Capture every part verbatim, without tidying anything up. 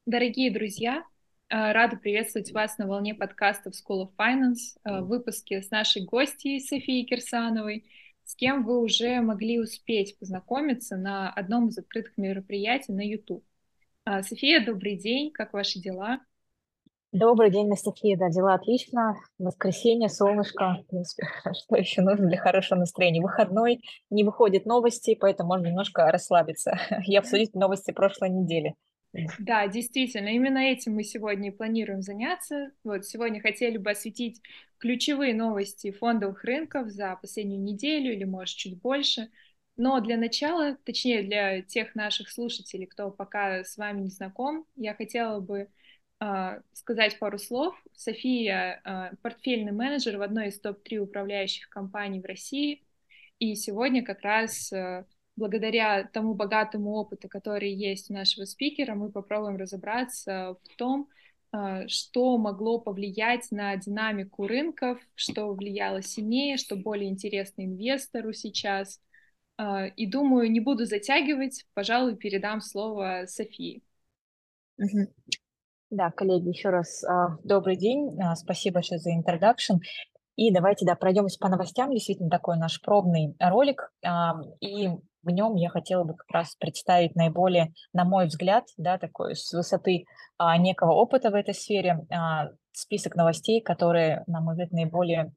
Дорогие друзья, э, рада приветствовать вас на волне подкастов School of Finance, э, в выпуске с нашей гостьей Софией Кирсановой, с кем вы уже могли успеть познакомиться на одном из открытых мероприятий на YouTube. А, София, добрый день, как ваши дела? Добрый день, Анастасия. Да, дела отлично. Воскресенье, солнышко. В принципе, что еще нужно для хорошего настроения? Выходной, не выходят новости, поэтому можно немножко расслабиться и обсудить новости прошлой недели. Да, действительно, именно этим мы сегодня и планируем заняться. Вот сегодня хотели бы осветить ключевые новости фондовых рынков за последнюю неделю или, может, чуть больше. Но для начала, точнее, для тех наших слушателей, кто пока с вами не знаком, я хотела бы э, сказать пару слов. София э, портфельный менеджер в одной из топ три управляющих компаний в России. И сегодня как раз э, благодаря тому богатому опыту, который есть у нашего спикера, мы попробуем разобраться в том, э, что могло повлиять на динамику рынков, что влияло сильнее, что более интересно инвестору сейчас. Э, И думаю, не буду затягивать, пожалуй, передам слово Софии. Мгм. Да, коллеги, еще раз а, добрый день. А, Спасибо большое за introduction. И давайте, да, пройдемся по новостям. Действительно, такой наш пробный ролик. а, И в нем я хотела бы как раз представить наиболее, на мой взгляд, да, такой с высоты а, некого опыта в этой сфере, а, список новостей, которые, на мой взгляд, наиболее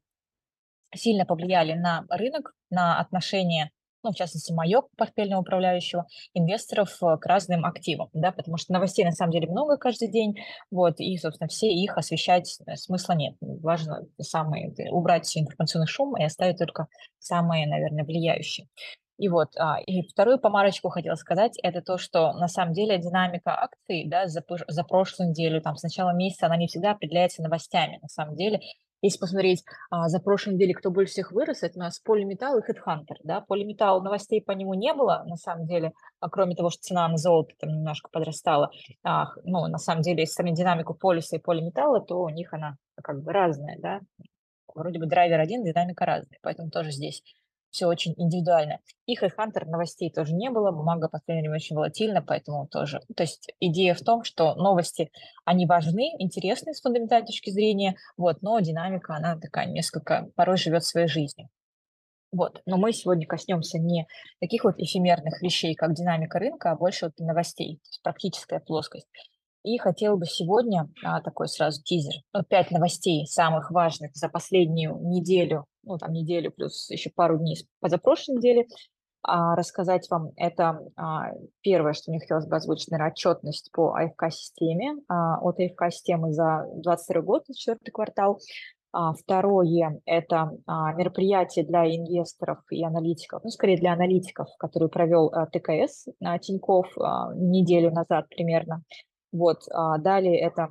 сильно повлияли на рынок, на отношение, ну, в частности, мое портфельного управляющего, инвесторов э, к разным активам, да, потому что новостей на самом деле много каждый день, вот, и, собственно, все их освещать э, смысла нет. Важно самые, э, убрать все информационный шум и оставить только самые, наверное, влияющие. И вот, а, и вторую помарочку хотела сказать, это то, что на самом деле динамика акций, да, за, пыш- за прошлую неделю, там, с начала месяца, она не всегда определяется новостями, на самом деле. Если посмотреть а, за прошлой неделей, кто больше всех вырос, это у нас Polymetal и HeadHunter, да. Polymetal, новостей по нему не было, на самом деле, а кроме того, что цена на золото там немножко подрастала. А, х- ну, на самом деле, если сравнить динамику полиса и полиметалла, то у них она как бы разная, да. Вроде бы драйвер один, динамика разная, поэтому тоже здесь все очень индивидуально. И HeadHunter новостей тоже не было, бумага в последнее время очень волатильна, поэтому тоже. То есть идея в том, что новости, они важны, интересны с фундаментальной точки зрения, вот, но динамика, она такая несколько, порой живет своей жизнью. Вот. Но мы сегодня коснемся не таких вот эфемерных вещей, как динамика рынка, а больше вот новостей, то есть практическая плоскость. И хотела бы сегодня а, такой сразу тизер. Ну, пять новостей самых важных за последнюю неделю, ну, там неделю плюс еще пару дней с позапрошлой недели, а, рассказать вам. Это а, первое, что мне хотелось бы озвучить, наверное, отчетность по АФК-системе, а, от АФК-системы за двадцать второй год, четвертый квартал. А, Второе– это а, мероприятие для инвесторов и аналитиков, ну, скорее для аналитиков, который провел а, ТКС а, Тинькофф а, неделю назад примерно. Вот, а, далее это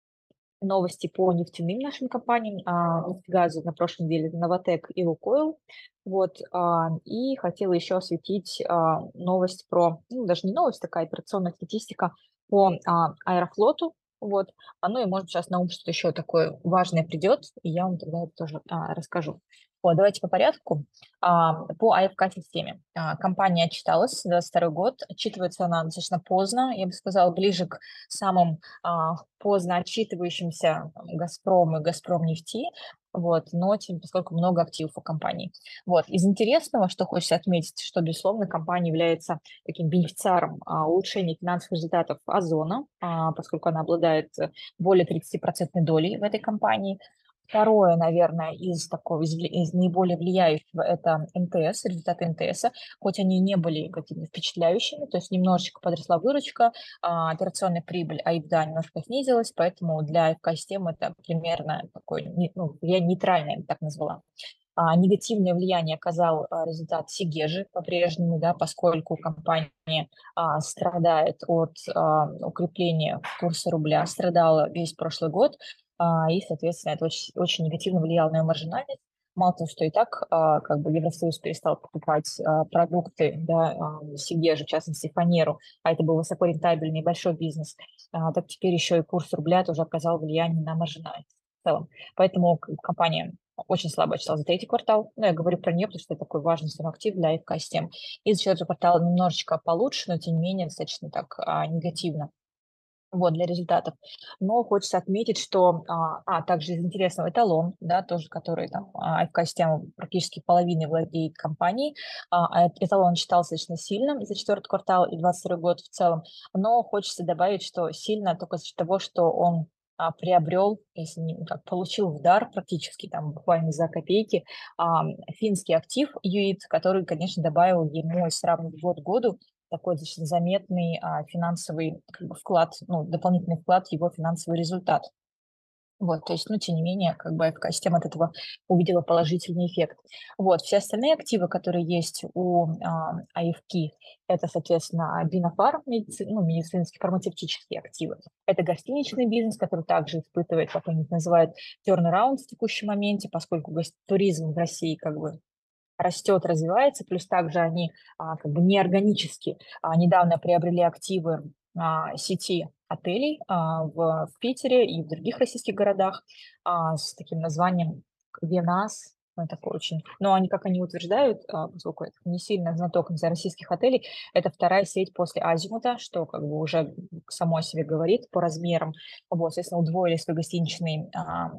новости по нефтяным нашим компаниям, а, нефтегазу на прошлой неделе, Новотек и Лукойл. Вот, а, и хотела еще осветить а, новость про, ну, даже не новость, такая операционная статистика по а, Аэрофлоту. Вот, а, ну и, может, сейчас на ум что-то еще такое важное придет, и я вам тогда это тоже а, расскажу. Вот, давайте по порядку. А, по АФК-системе. А, компания отчиталась, двадцать второй год, отчитывается она достаточно поздно, я бы сказала, ближе к самым а, поздно отчитывающимся там, «Газпрому» и «Газпромнефти», вот, но тем, поскольку много активов у компании. Вот. Из интересного, что хочется отметить, что, безусловно, компания является таким бенефициаром а, улучшения финансовых результатов Озона, а, поскольку она обладает э, более тридцати процентов долей в этой компании. Второе, наверное, из такого, из, вли- из наиболее влияющего, это МТС, результаты МТС, хоть они не были какими-то впечатляющими, то есть немножечко подросла выручка, а, операционная прибыль, а EBITDA немножко снизилась, поэтому для АФК-системы это примерно такое, не- ну, я нейтральное, я бы так назвала. А, негативное влияние оказал а, результат Сигежи по-прежнему, да, поскольку компания а, страдает от а, укрепления курса рубля, страдала весь прошлый год, а, и, соответственно, это очень, очень негативно влияло на ее маржинальность. Мало того, что и так а, как бы Евросоюз перестал покупать а, продукты, да, а, Сигежи, в частности, фанеру, а это был высокорентабельный большой бизнес, а, так теперь еще и курс рубля тоже оказал влияние на маржинальность в целом. Поэтому к- компания очень слабо отчиталась за третий квартал. Ну, я говорю про нее, потому что это такой важный все равно актив для АФК-систем. И за четвертый квартал немножечко получше, но тем не менее достаточно так а, негативно. Вот, для результатов. Но хочется отметить, что, а, а также из интересного эталон, да, тоже, который там, а, АФК-система практически половиной владеет компанией. А, а эталон считался достаточно сильным за четвертый квартал и двадцать второй год в целом. Но хочется добавить, что сильно только за счет того, что он а, приобрел, если не как получил в дар практически там буквально за копейки, а, финский актив ЮИТ, который, конечно, добавил ему, если сравнивать год к году, такой достаточно заметный а, финансовый как бы, вклад, ну, дополнительный вклад в его финансовый результат. Вот, то есть, ну, тем не менее, как бы АФК-система от этого увидела положительный эффект. Вот, все остальные активы, которые есть у а, АФК, это, соответственно, Бинофар, медици, ну, медицинские, фармацевтические активы. Это гостиничный бизнес, который также испытывает, как они это называют, turnaround в текущем моменте, поскольку туризм в России как бы растет, развивается, плюс также они а, как бы неорганически а, недавно приобрели активы а, сети отелей а, в, в Питере и в других российских городах а, с таким названием Венас. Ну, такой очень... Но они, как они утверждают, а, поскольку я не сильно знаток из российских отелей, это вторая сеть после Азимута, что как бы уже само о себе говорит по размерам. Вот, соответственно, удвоили свой гостиничный а,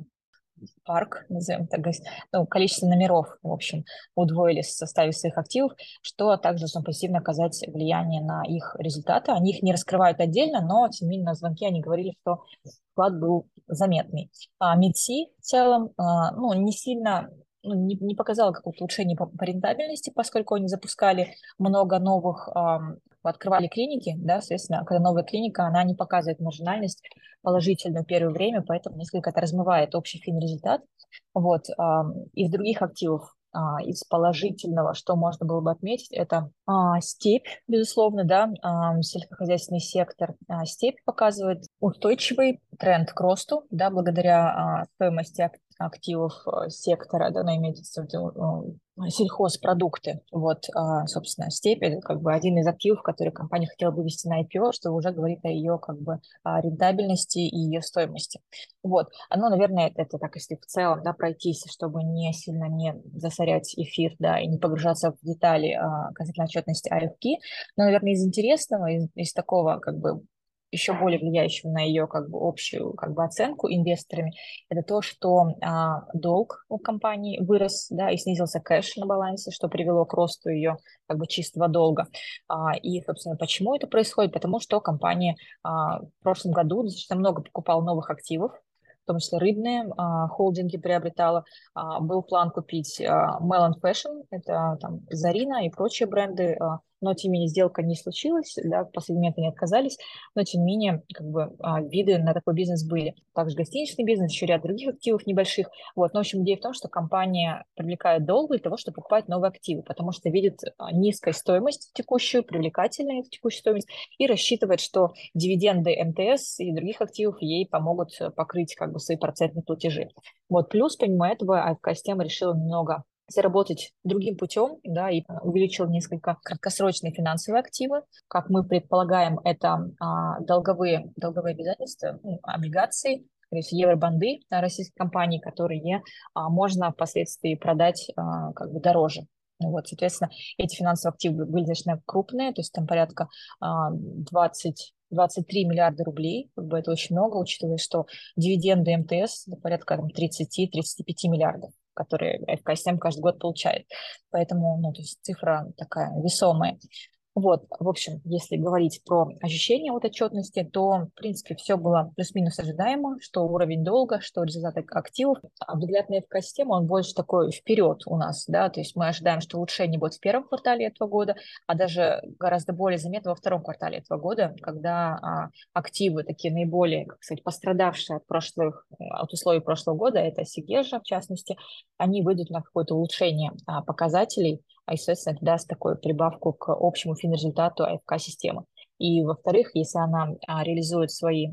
парк, назовем так, гос- ну, количество номеров, в общем, удвоили в составе своих активов, что также должно позитивно оказать влияние на их результаты. Они их не раскрывают отдельно, но тем не менее на звонке они говорили, что вклад был заметный. А МИДСИ в целом, а, ну, не сильно, ну, не, не показала какого-то улучшения по, по рентабельности, поскольку они запускали много новых, ам, открывали клиники, да, соответственно, когда новая клиника, она не показывает маржинальность положительную первое время, поэтому несколько это размывает общий финрезультат. Вот. ам, Из других активов, а, из положительного, что можно было бы отметить, это а, степь, безусловно, да, ам, сельскохозяйственный сектор. А, степь показывает устойчивый тренд к росту, да, благодаря а, стоимости ак- активов а, сектора, да, но имеется в виду а, сельхозпродукты. Вот, а, собственно, степь – это как бы один из активов, который компания хотела вывести на ай пи о, что уже говорит о ее как бы а, рентабельности и ее стоимости. Вот. Ну, наверное, это, это так, если в целом, да, пройтись, чтобы не сильно не засорять эфир, да, и не погружаться в детали а, касательно отчетности АФК. Но, наверное, из интересного, из, из такого, как бы, еще более влияющего на ее как бы общую как бы оценку инвесторами, это то, что а, долг у компании вырос, да, и снизился кэш на балансе, что привело к росту ее как бы чистого долга. А, и, собственно, почему это происходит? Потому что компания а, в прошлом году достаточно много покупала новых активов, в том числе рыбные, а, холдинги приобретала. А, был план купить а, Melon Fashion, это там Зарина и прочие бренды, а, но тем не менее сделка не случилась, да, в последний момент они отказались, но тем не менее как бы а, виды на такой бизнес были. Также гостиничный бизнес, еще ряд других активов небольших. Вот. Но, в общем, идея в том, что компания привлекает долг для того, чтобы покупать новые активы, потому что видит а, низкую стоимость текущую, привлекательную текущую стоимость, и рассчитывает, что дивиденды эм тэ эс и других активов ей помогут э, покрыть как бы свои процентные платежи. Вот. Плюс, помимо этого, АФК-система решила немного заработать другим путем, да, и увеличил несколько краткосрочные финансовые активы. Как мы предполагаем, это а, долговые, долговые обязательства, ну, облигации, то есть евробанды а, российской компании, которые а, можно впоследствии продать а, как бы дороже. Ну вот, соответственно, эти финансовые активы были достаточно крупные, то есть там порядка а, двадцать двадцать три миллиарда рублей, как бы это очень много, учитывая, что дивиденды эм тэ эс это порядка тридцать-тридцать пять миллиардов, которые АФК-система каждый год получает. Поэтому, ну, то есть цифра такая весомая. Вот, в общем, если говорить про ощущения от отчетности, то, в принципе, все было плюс-минус ожидаемо, что уровень долга, что результаты активов. А взгляд на ЭФК-систему, он больше такой вперед у нас, да, то есть мы ожидаем, что улучшение будет в первом квартале этого года, а даже гораздо более заметно во втором квартале этого года, когда а, активы такие наиболее, как сказать, пострадавшие от прошлых, от условий прошлого года, это Сигежа, в частности, они выйдут на какое-то улучшение а, показателей, а, естественно, это даст такую прибавку к общему финрезультату АФК-системы. И, во-вторых, если она а, реализует свои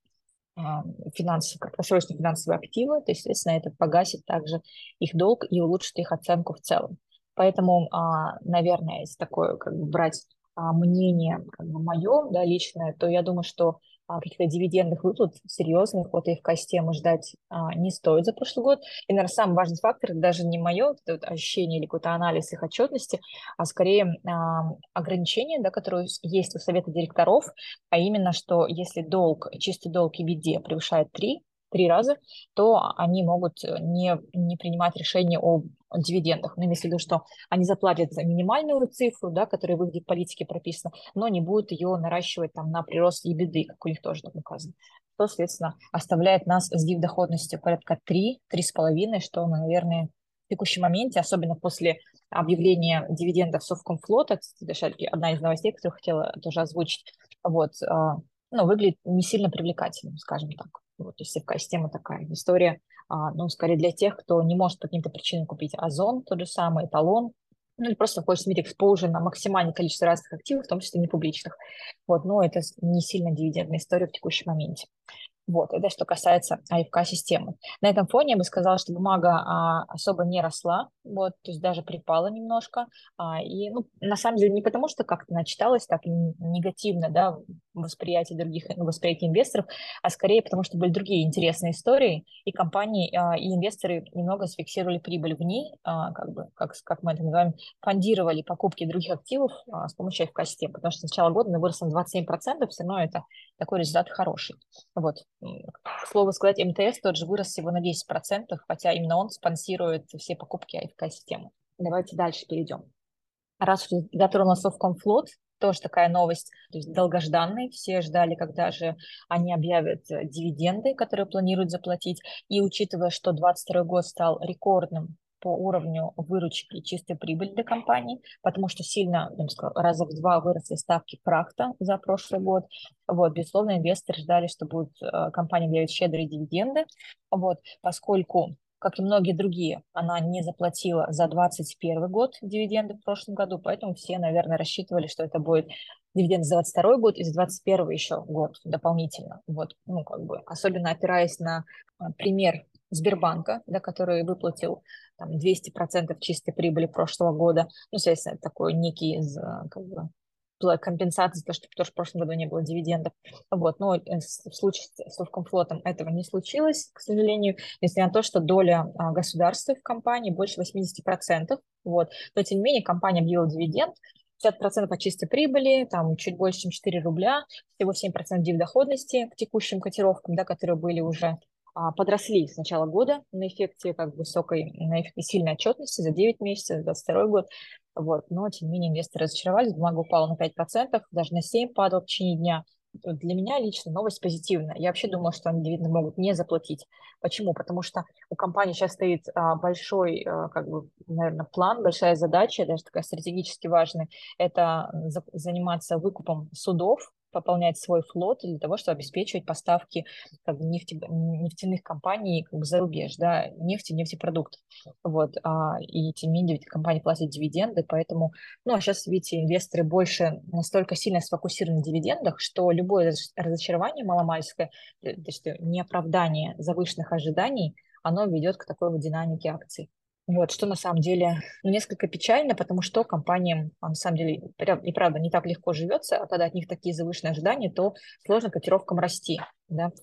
а, финансовые, краткосрочные финансовые активы, то, естественно, это погасит также их долг и улучшит их оценку в целом. Поэтому, а, наверное, если такое как бы брать а, мнение как бы мое, да, личное, то я думаю, что а, каких-то дивидендных выплат серьезных от АФК-системы ждать а, не стоит за прошлый год. И, наверное, самый важный фактор, это даже не мое вот это вот ощущение или какой-то анализ их отчетности, а скорее а, ограничения, да, которые есть у совета директоров, а именно, что если долг, чистый долг и EBITDA превышает три, три раза, то они могут не, не принимать решение о дивидендах. Ну, имеется в виду, что они заплатят за минимальную цифру, да, которая в их политике прописана, но не будут ее наращивать там, на прирост EBITDA, как у них тоже так указано. Что, соответственно, оставляет нас с див-доходностью порядка три-три с половиной, что мы, наверное, в текущем моменте, особенно после объявления дивидендов Совкомфлота, это одна из новостей, которую хотела тоже озвучить, вот, ну, выглядит не сильно привлекательным, скажем так. Вот, то есть АФК-система такая история, а, ну, скорее для тех, кто не может по каким-то причинам купить Озон, тот же самый, Эталон, ну, или просто хочет иметь экспозиция на максимальное количество разных активов, в том числе не публичных. Вот, но это не сильно дивидендная история в текущем моменте. Вот, это что касается АФК-системы. На этом фоне я бы сказала, что бумага а, особо не росла, вот, то есть даже припала немножко. А, и, ну, на самом деле, не потому, что как-то начиталась так негативно, да, восприятие других, ну, восприятие инвесторов, а скорее потому, что были другие интересные истории, и компании, а, и инвесторы немного сфиксировали прибыль в ней, а, как бы, как, как мы это называем, фондировали покупки других активов а, с помощью АФК-системы, потому что с начала года мы выросли на двадцать семь процентов, все равно это такой результат хороший. Вот. К слову сказать, МТС тот же вырос всего на десять процентов, хотя именно он спонсирует все покупки АФК-системы. Давайте дальше перейдем. Раз уж затронула Совкомфлот, тоже такая новость, то есть долгожданная. Все ждали, когда же они объявят дивиденды, которые планируют заплатить. И учитывая, что двадцать второй год стал рекордным по уровню выручки и чистой прибыли для компании, потому что сильно, я бы сказала, раза в два выросли ставки фрахта за прошлый год. Вот, безусловно, инвесторы ждали, что будет компания объявить щедрые дивиденды, вот, поскольку, как и многие другие, она не заплатила за двадцать первый год дивиденды в прошлом году, поэтому все, наверное, рассчитывали, что это будет дивиденд за двадцать второй год и за двадцать первый еще год дополнительно. Вот, ну, как бы, особенно опираясь на пример Сбербанка, да, который выплатил там, двести процентов чистой прибыли прошлого года. Ну, соответственно, это такой некий как бы, компенсация за то, что тоже в прошлом году не было дивидендов. Вот. Но в случае с Совкомфлотом этого не случилось, к сожалению, несмотря на то, что доля государства в компании больше восемьдесят процентов. Вот. Но, тем не менее, компания объявила дивиденд, пятьдесят процентов от чистой прибыли, там чуть больше, чем четыре рубля, всего семь процентов дивдоходности к текущим котировкам, да, которые были уже подросли с начала года на эффекте как высокой, на эффекте сильной отчетности за девять месяцев, двадцать второй год. Вот. Но, тем не менее, инвесторы разочаровались, бумага упала на пять процентов, даже на семь процентов падала в течение дня. Для меня лично новость позитивная. Я вообще думала, что они, видно, могут не заплатить. Почему? Потому что у компании сейчас стоит а, большой, а, как бы, наверное, план, большая задача, даже такая стратегически важная, это за, заниматься выкупом судов, пополнять свой флот для того, чтобы обеспечивать поставки как бы, нефти, нефтяных компаний как бы, за рубеж, да, нефти, нефтепродуктов. Вот. А, и тем не менее компания платит дивиденды, поэтому, ну, а сейчас, видите, инвесторы больше настолько сильно сфокусированы на дивидендах, что любое разочарование маломальское, то есть неоправдание завышенных ожиданий, оно ведет к такой вот динамике акций. Вот, что на самом деле ну, несколько печально, потому что компаниям, на самом деле, и правда, не так легко живется, а когда от них такие завышенные ожидания, то сложно котировкам расти. Да?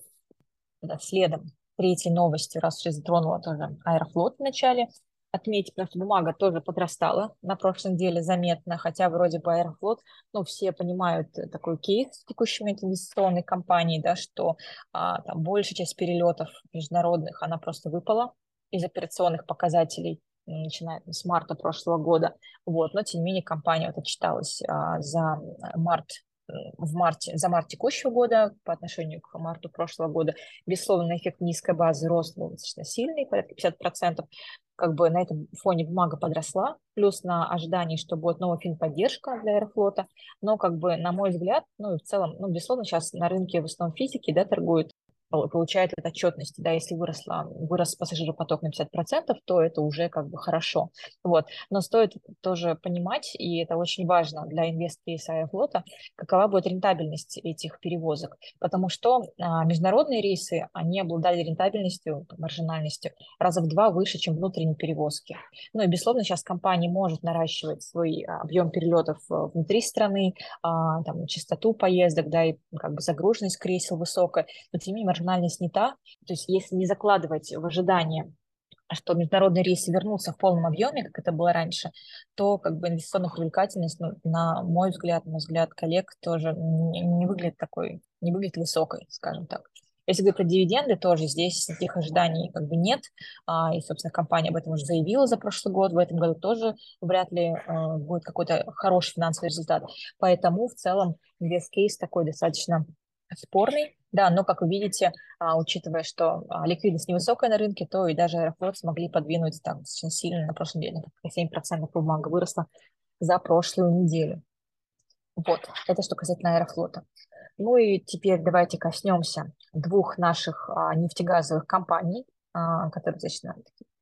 Да, следом третьей новостью, раз уже затронула тоже Аэрофлот в начале, отметить, потому что бумага тоже подрастала на прошлой неделе заметно, хотя вроде бы Аэрофлот, ну, все понимают такой кейс в текущей момент инвестиционной компании, да, что а, там большая часть перелетов международных, она просто выпала из операционных показателей, начиная с марта прошлого года. Вот. Но, тем не менее, компания вот отчиталась а, за март, в марте, за март текущего года по отношению к марту прошлого года. Безусловно, эффект низкой базы рост был достаточно сильный, порядка пятьдесят процентов. Как бы на этом фоне бумага подросла, плюс на ожидании, что будет новая финподдержка для Аэрофлота. Но, как бы, на мой взгляд, ну и в целом, ну, безусловно, сейчас на рынке в основном физики, да, торгуют получают от отчетности, да, если выросла, вырос пассажиропоток на пятьдесят процентов, то это уже как бы хорошо, вот, но стоит тоже понимать, и это очень важно для инвесткейса Аэрофлота, какова будет рентабельность этих перевозок, потому что а, международные рейсы, они обладали рентабельностью, маржинальностью раза в два выше, чем внутренние перевозки. Ну и, безусловно, сейчас компания может наращивать свой объем перелетов внутри страны, а, там, частоту поездок, да, и как бы загруженность кресел высокая, но тем не менее маржинальность не та. То есть если не закладывать в ожидание, что международные рейсы вернутся в полном объеме, как это было раньше, то как бы инвестиционная привлекательность, ну, на мой взгляд, на взгляд коллег, тоже не, не выглядит такой, не выглядит высокой, скажем так. Если говорить про дивиденды, тоже здесь таких ожиданий как бы нет. А, и, собственно, компания об этом уже заявила за прошлый год. В этом году тоже вряд ли а, будет какой-то хороший финансовый результат. Поэтому в целом инвест-кейс такой достаточно спорный. Да, но, как вы видите, а, учитывая, что а, ликвидность невысокая на рынке, то и даже Аэрофлот смогли подвинуть там достаточно сильно на прошлой неделе. семь процентов бумага выросла за прошлую неделю. Вот, это что касательно Аэрофлота. Ну и теперь давайте коснемся двух наших а, нефтегазовых компаний, а, которые достаточно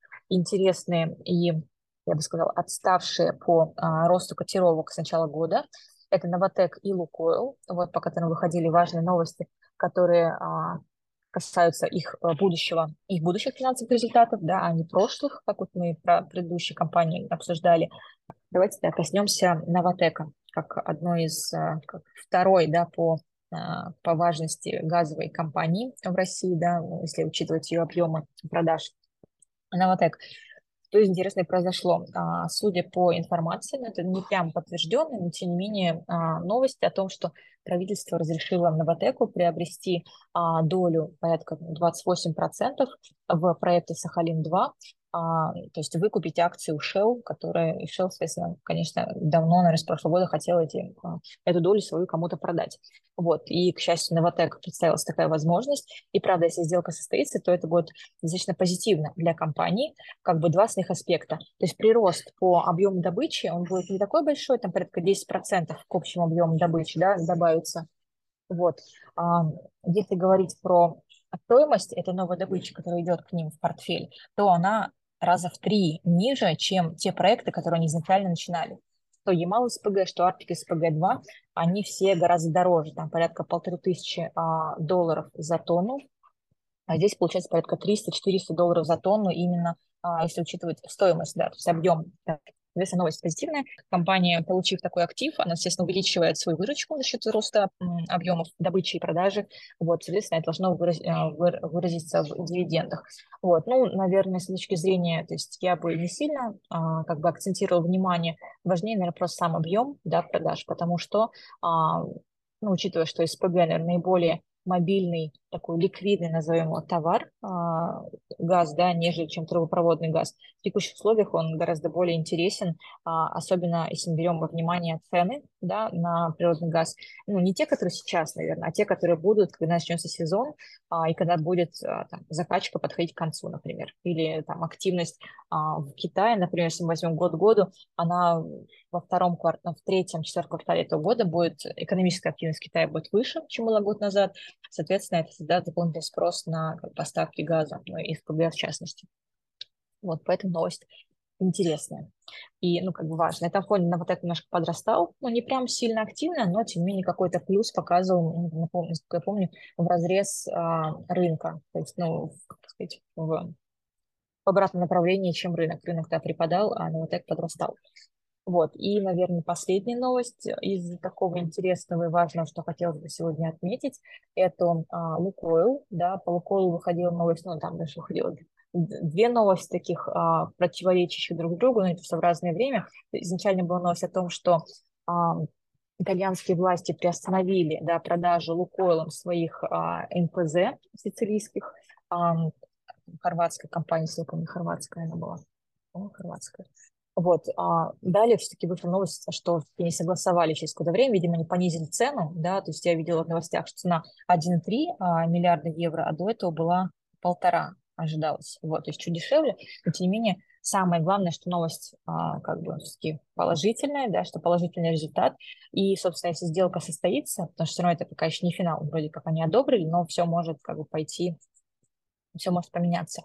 интересные и, я бы сказала, отставшие по а, росту котировок с начала года. Это Новатэк и Лукойл, вот по которым выходили важные новости, которые а, касаются их а, будущего, их будущих финансовых результатов, да, а не прошлых, как вот мы про предыдущие компании обсуждали. Давайте да, коснемся Новатэка, как одной из, а, как второй, да, по, а, по важности газовой компании в России, да, если учитывать ее объемы продаж. Новатэк. Что интересное произошло? А, Судя по информации, но это не прям подтвержденно, но тем не менее а, новость о том, что правительство разрешило Новатэку приобрести а, долю порядка двадцать восемь процентов в проекте Сахалин-два, а, то есть выкупить акции у Shell, которая, и Shell, соответственно, конечно, давно, наверное, с прошлого года хотела эти, а, эту долю свою кому-то продать. Вот. И, к счастью, Новатэк представилась такая возможность. И, правда, если сделка состоится, то это будет достаточно позитивно для компании, как бы два основных аспекта. То есть прирост по объему добычи, он будет не такой большой, там порядка десять процентов к общему объему добычи, да, добавится. Вот. А, если говорить про стоимость этой новой добычи, которая идет к ним в портфель, то она раза в три ниже, чем те проекты, которые они изначально начинали. Что Ямал СПГ, что Арктик СПГ два, они все гораздо дороже, там порядка полторы тысячи а, долларов за тонну, а здесь получается порядка триста-четыреста долларов за тонну, именно а, если учитывать стоимость, да, то есть объем. Да. Соответственно, новость позитивная. Компания, получив такой актив, она, естественно, увеличивает свою выручку за счет роста м, объемов добычи и продажи. Вот, соответственно, это должно выраз, а, выра- выразиться в дивидендах. Вот, ну, наверное, с точки зрения, то есть я бы не сильно а, как бы акцентировала внимание, важнее, наверное, просто сам объем, да, продаж, потому что, а, ну, учитывая, что СПГ, наверное, наиболее мобильный, такой ликвидный, назовем его, товар, а, газ, да, нежели чем трубопроводный газ. В текущих условиях он гораздо более интересен, а, особенно если мы берем во внимание цены, да, на природный газ. Ну, не те, которые сейчас, наверное, а те, которые будут, когда начнется сезон, а, и когда будет а, там, закачка подходить к концу, например. Или там активность а, в Китае, например, если мы возьмем год к году, она во втором квартале, в третьем, четвертом квартале этого года будет, экономическая активность Китая будет выше, чем была год назад. Соответственно, это создаст дополнительный спрос на как, поставки газа, ну и СПГ в частности. Вот, поэтому новость интересная и, ну, как бы важная. На этом фоне Новатэк немножко подрастал, ну, не прям сильно активно, но, тем не менее, какой-то плюс показывал, ну, напомню, насколько я помню, в разрез а, рынка, то есть, ну, как сказать, в, в обратном направлении, чем рынок. Рынок-то припадал, а Новатэк подрастал. Вот. И, наверное, последняя новость из такого интересного и важного, что хотелось бы сегодня отметить, это а, Лукойл. Да, по Лукойлу выходила новость, ну, там даже выходила две новости таких а, противоречащих друг другу, но это все в разное время. Изначально была новость о том, что а, итальянские власти приостановили, да, продажу Лукойлом своих а, эн пэ зэ сицилийских, а, хорватской компании, если я помню, хорватская она была. О, хорватская. Вот. А далее все-таки вышла новость, что они согласовали через какое-то время, видимо, они понизили цену, да, то есть я видела в новостях, что цена один и три миллиарда евро, а до этого была полтора ожидалось. Вот, то есть чуть дешевле, но тем не менее самое главное, что новость а, как бы все-таки положительная, да, что положительный результат. И, собственно, если сделка состоится, потому что все равно это пока еще не финал, вроде как они одобрили, но все может как бы пойти, все может поменяться.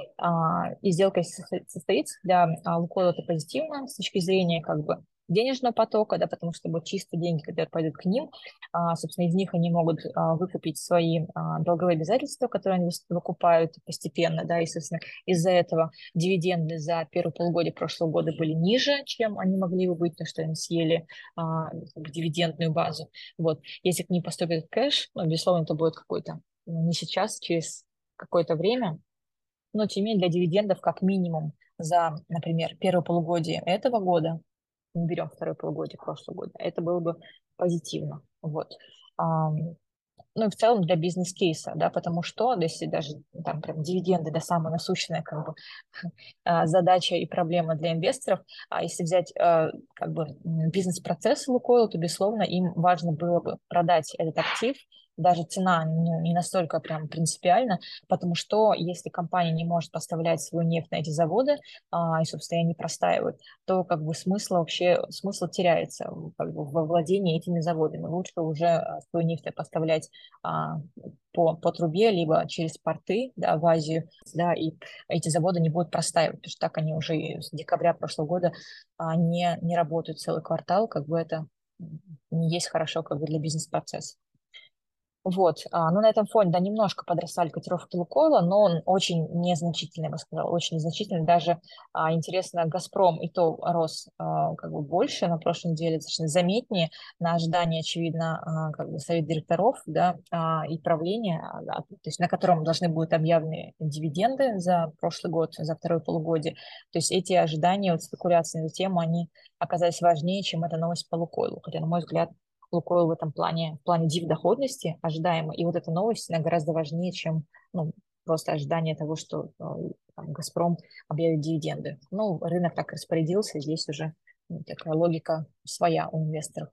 А, и сделка если состо- состоится, для а, Лукойла это позитивно с точки зрения как бы денежного потока, да, потому что будут чистые деньги, которые пойдут к ним. А, собственно, из них они могут а, выкупить свои а, долговые обязательства, которые они выс- выкупают постепенно, да, и, собственно, из-за этого дивиденды за первое полугодие прошлого года были ниже, чем они могли бы быть, потому что они съели а, как бы дивидендную базу. Вот. Если к ним поступит кэш, ну, безусловно, это будет какой-то, ну, не сейчас, через какое-то время, но тем не менее для дивидендов как минимум за, например, первое полугодие этого года, не берем второе полугодие прошлого года, это было бы позитивно. Вот. Ам, ну и в целом для бизнес-кейса, да, потому что если даже там прям дивиденды, да, самая насущная как бы а, задача и проблема для инвесторов, а если взять а, как бы м, бизнес-процесс Лукойла, то, безусловно, им важно было бы продать этот актив, даже цена ну, не настолько прям принципиальна, потому что если компания не может поставлять свою нефть на эти заводы, а, и, собственно, они простаивают, то как бы смысл вообще, смысл теряется м, как бы, во владении этими заводами. Лучше уже а, свою нефть поставлять а, по, по трубе, либо через порты, да, в Азию, да, и эти заводы не будут простаивать, потому что так они уже и с декабря прошлого года а, не, не работают целый квартал, как бы это не есть хорошо как бы для бизнес-процесса. Вот, а, ну на этом фоне, да, немножко подрастали котировки Лукойла, но он очень незначительный, я бы сказала, очень незначительный. Даже а, интересно, Газпром и то рос а, как бы больше на прошлой неделе, достаточно заметнее, на ожидание, очевидно, а, как бы совет директоров, да, а, и правления, а, да, то есть на котором должны будут объявлены дивиденды за прошлый год, за второе полугодие. То есть эти ожидания, вот спекуляции на эту тему, они оказались важнее, чем эта новость по Лукойлу, хотя, на мой взгляд, Лукойл в этом плане, в плане див-доходности ожидаемо. И вот эта новость, она гораздо важнее, чем ну, просто ожидание того, что э, там, Газпром объявит дивиденды. Ну, рынок так распорядился, здесь уже ну, такая логика своя у инвесторов.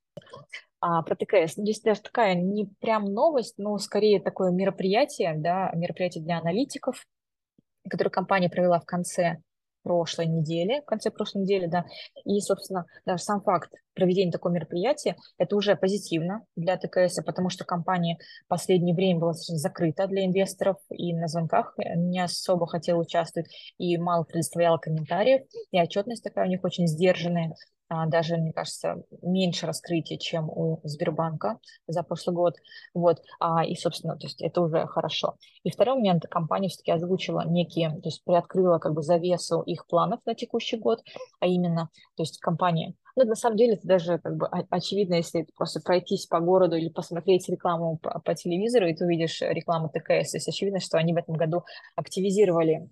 А про ТКС, ну, здесь даже такая не прям новость, но скорее такое мероприятие, да, мероприятие для аналитиков, которую компания провела в конце прошлой недели, в конце прошлой недели, да, и, собственно, даже сам факт проведения такого мероприятия, это уже позитивно для ТКС, потому что компания в последнее время была достаточно закрыта для инвесторов и на звонках не особо хотела участвовать и мало предоставляла комментариев, и отчетность такая у них очень сдержанная, а, даже, мне кажется, меньше раскрытия, чем у Сбербанка за прошлый год, вот, а, и, собственно, то есть это уже хорошо. И второй момент, компания все-таки озвучила некие, то есть приоткрыла как бы завесу их планов на текущий год, а именно, то есть компания, ну, на самом деле это даже как бы о- очевидно, если просто пройтись по городу или посмотреть рекламу по, по телевизору, и ты увидишь рекламу ТКС, то есть очевидно, что они в этом году активизировали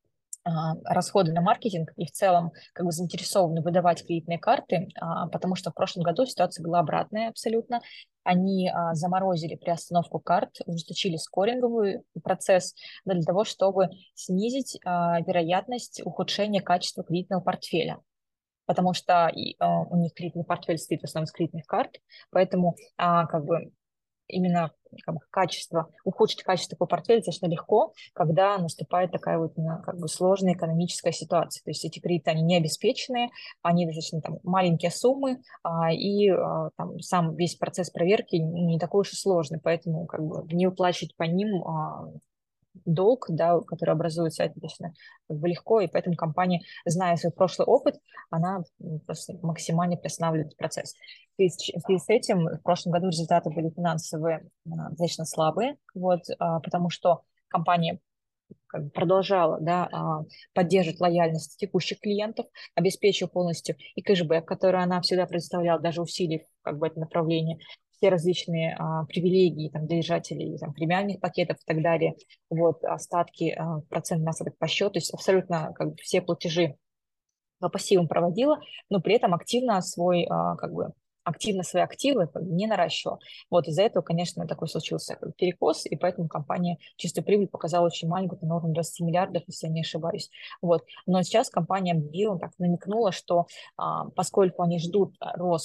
а, расходы на маркетинг и в целом как бы заинтересованы выдавать кредитные карты, а, потому что в прошлом году ситуация была обратная абсолютно. Они а, заморозили приостановку карт, ужесточили скоринговый процесс да, для того, чтобы снизить а, вероятность ухудшения качества кредитного портфеля. Потому что и, а, у них кредитный портфель состоит в основном из кредитных карт, поэтому а, как бы именно как бы, качество, ухудшить качество по портфелю достаточно легко, когда наступает такая вот ну, как бы сложная экономическая ситуация. То есть эти кредиты, они не обеспеченные, они достаточно там маленькие суммы, а, и а, там сам весь процесс проверки не такой уж и сложный, поэтому как бы не выплачивать по ним а, долг, да, который образуется, это достаточно как бы легко, и поэтому компания, зная свой прошлый опыт, она просто максимально приостанавливает процесс. В связи в связи с этим в прошлом году результаты были финансовые а, достаточно слабые, вот, а, потому что компания как бы продолжала да, а, поддерживать лояльность текущих клиентов, обеспечивая полностью и кэшбэк, который она всегда предоставляла, даже усилив как бы, это направление, все различные а, привилегии там, для держателей там, премиальных пакетов и так далее, вот, остатки, а, процент насадок по счету, то есть абсолютно как бы, все платежи по пассивам проводила, но при этом активно свой, а, как бы, активно свои активы как бы не наращивала. Вот из-за этого, конечно, такой случился как бы перекос, и поэтому компания чистую прибыль показала очень маленькую, на уровне двадцати миллиардов, если я не ошибаюсь. Вот. Но сейчас компания объявила, так намекнула, что а, поскольку они ждут а, рост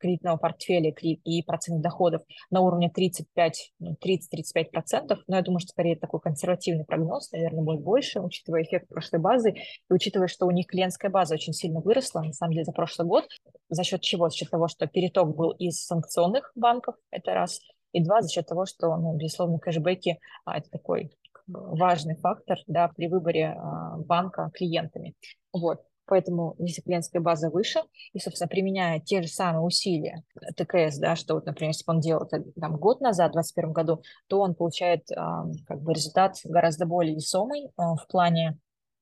кредитного портфеля кри- и процент доходов на уровне тридцать пять, ну, тридцать-тридцать пять процентов, но я думаю, что скорее такой консервативный прогноз, наверное, будет больше, учитывая эффект прошлой базы и учитывая, что у них клиентская база очень сильно выросла, на самом деле, за прошлый год, за счет чего? За счет того, что переток был из санкционных банков, это раз, и два, за счет того, что, ну, безусловно, кэшбэки а, это такой как бы важный фактор, да, при выборе а, банка клиентами. Вот. Поэтому если клиентская база выше, и, собственно, применяя те же самые усилия ТКС, да, что, вот, например, если бы он делал это там, год назад, в двадцать первом году, то он получает а, как бы результат гораздо более весомый а, в плане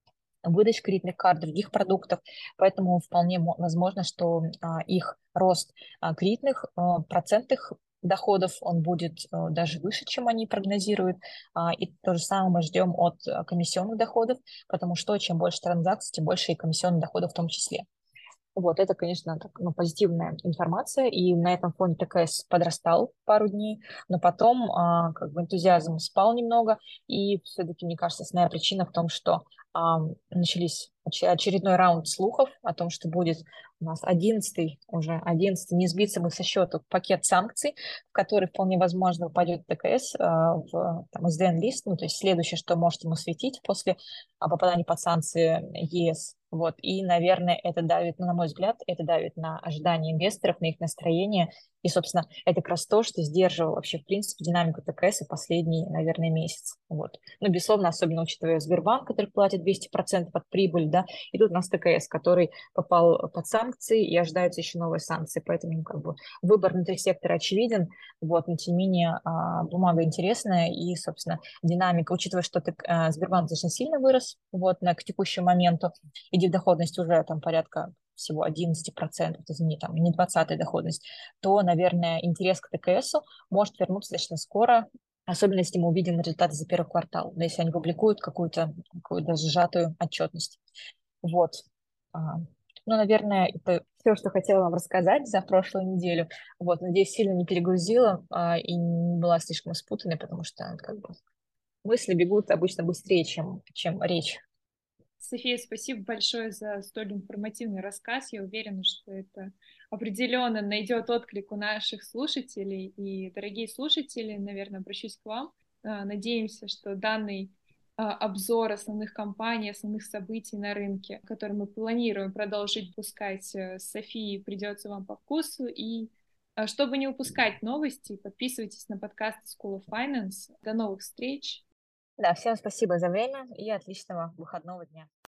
выдач кредитных карт, других продуктов, поэтому вполне мо- возможно, что а, их рост а, кредитных а, процентных доходов, он будет а, даже выше, чем они прогнозируют. А, и то же самое мы ждем от а, комиссионных доходов, потому что чем больше транзакций, тем больше и комиссионных доходов в том числе. Вот, это, конечно, так, ну, позитивная информация, и на этом фоне ТКС подрастал пару дней, но потом а, как бы энтузиазм спал немного, и все-таки, мне кажется, основная причина в том, что а, начались оч- очередной раунд слухов о том, что будет у нас одиннадцатый, уже одиннадцатый, не сбиться мы со счету, пакет санкций, в который вполне возможно упадет ТКС а, в там, эс ди эн-лист, ну, то есть следующее, что может ему светить после а, попадания под санкции ЕС. Вот. И, наверное, это давит, ну, на мой взгляд, это давит на ожидания инвесторов, на их настроение. И, собственно, это как раз то, что сдерживало вообще, в принципе, динамику ТКС последний, наверное, месяц. Вот. Ну, безусловно, особенно учитывая Сбербанк, который платит двести процентов от прибыли, да, и тут у нас ТКС, который попал под санкции, и ожидаются еще новые санкции. Поэтому, ну, как бы, выбор внутри сектора очевиден, вот, но, тем не менее, а, бумага интересная, и, собственно, динамика, учитывая, что так, а, Сбербанк достаточно сильно вырос, вот, на, к текущему моменту, и доходность уже там порядка всего одиннадцать процентов, то есть не, там, не двадцатая доходность, то, наверное, интерес к ТКСу может вернуться достаточно скоро, особенно если мы увидим результаты за первый квартал, да, если они публикуют какую-то какую-то сжатую отчетность. Вот. А, Ну, наверное, это все, что хотела вам рассказать за прошлую неделю. Вот, надеюсь, сильно не перегрузила а, и не была слишком спутанной, потому что как бы, мысли бегут обычно быстрее, чем, чем речь. София, спасибо большое за столь информативный рассказ. Я уверена, что это определенно найдет отклик у наших слушателей. И, дорогие слушатели, наверное, обращусь к вам. А, Надеемся, что данный а, обзор основных компаний, основных событий на рынке, который мы планируем продолжить пускать э, с Софией, придется вам по вкусу. И а, чтобы не упускать новости, подписывайтесь на подкаст School of Finance. До новых встреч! Да, всем спасибо за время и отличного выходного дня.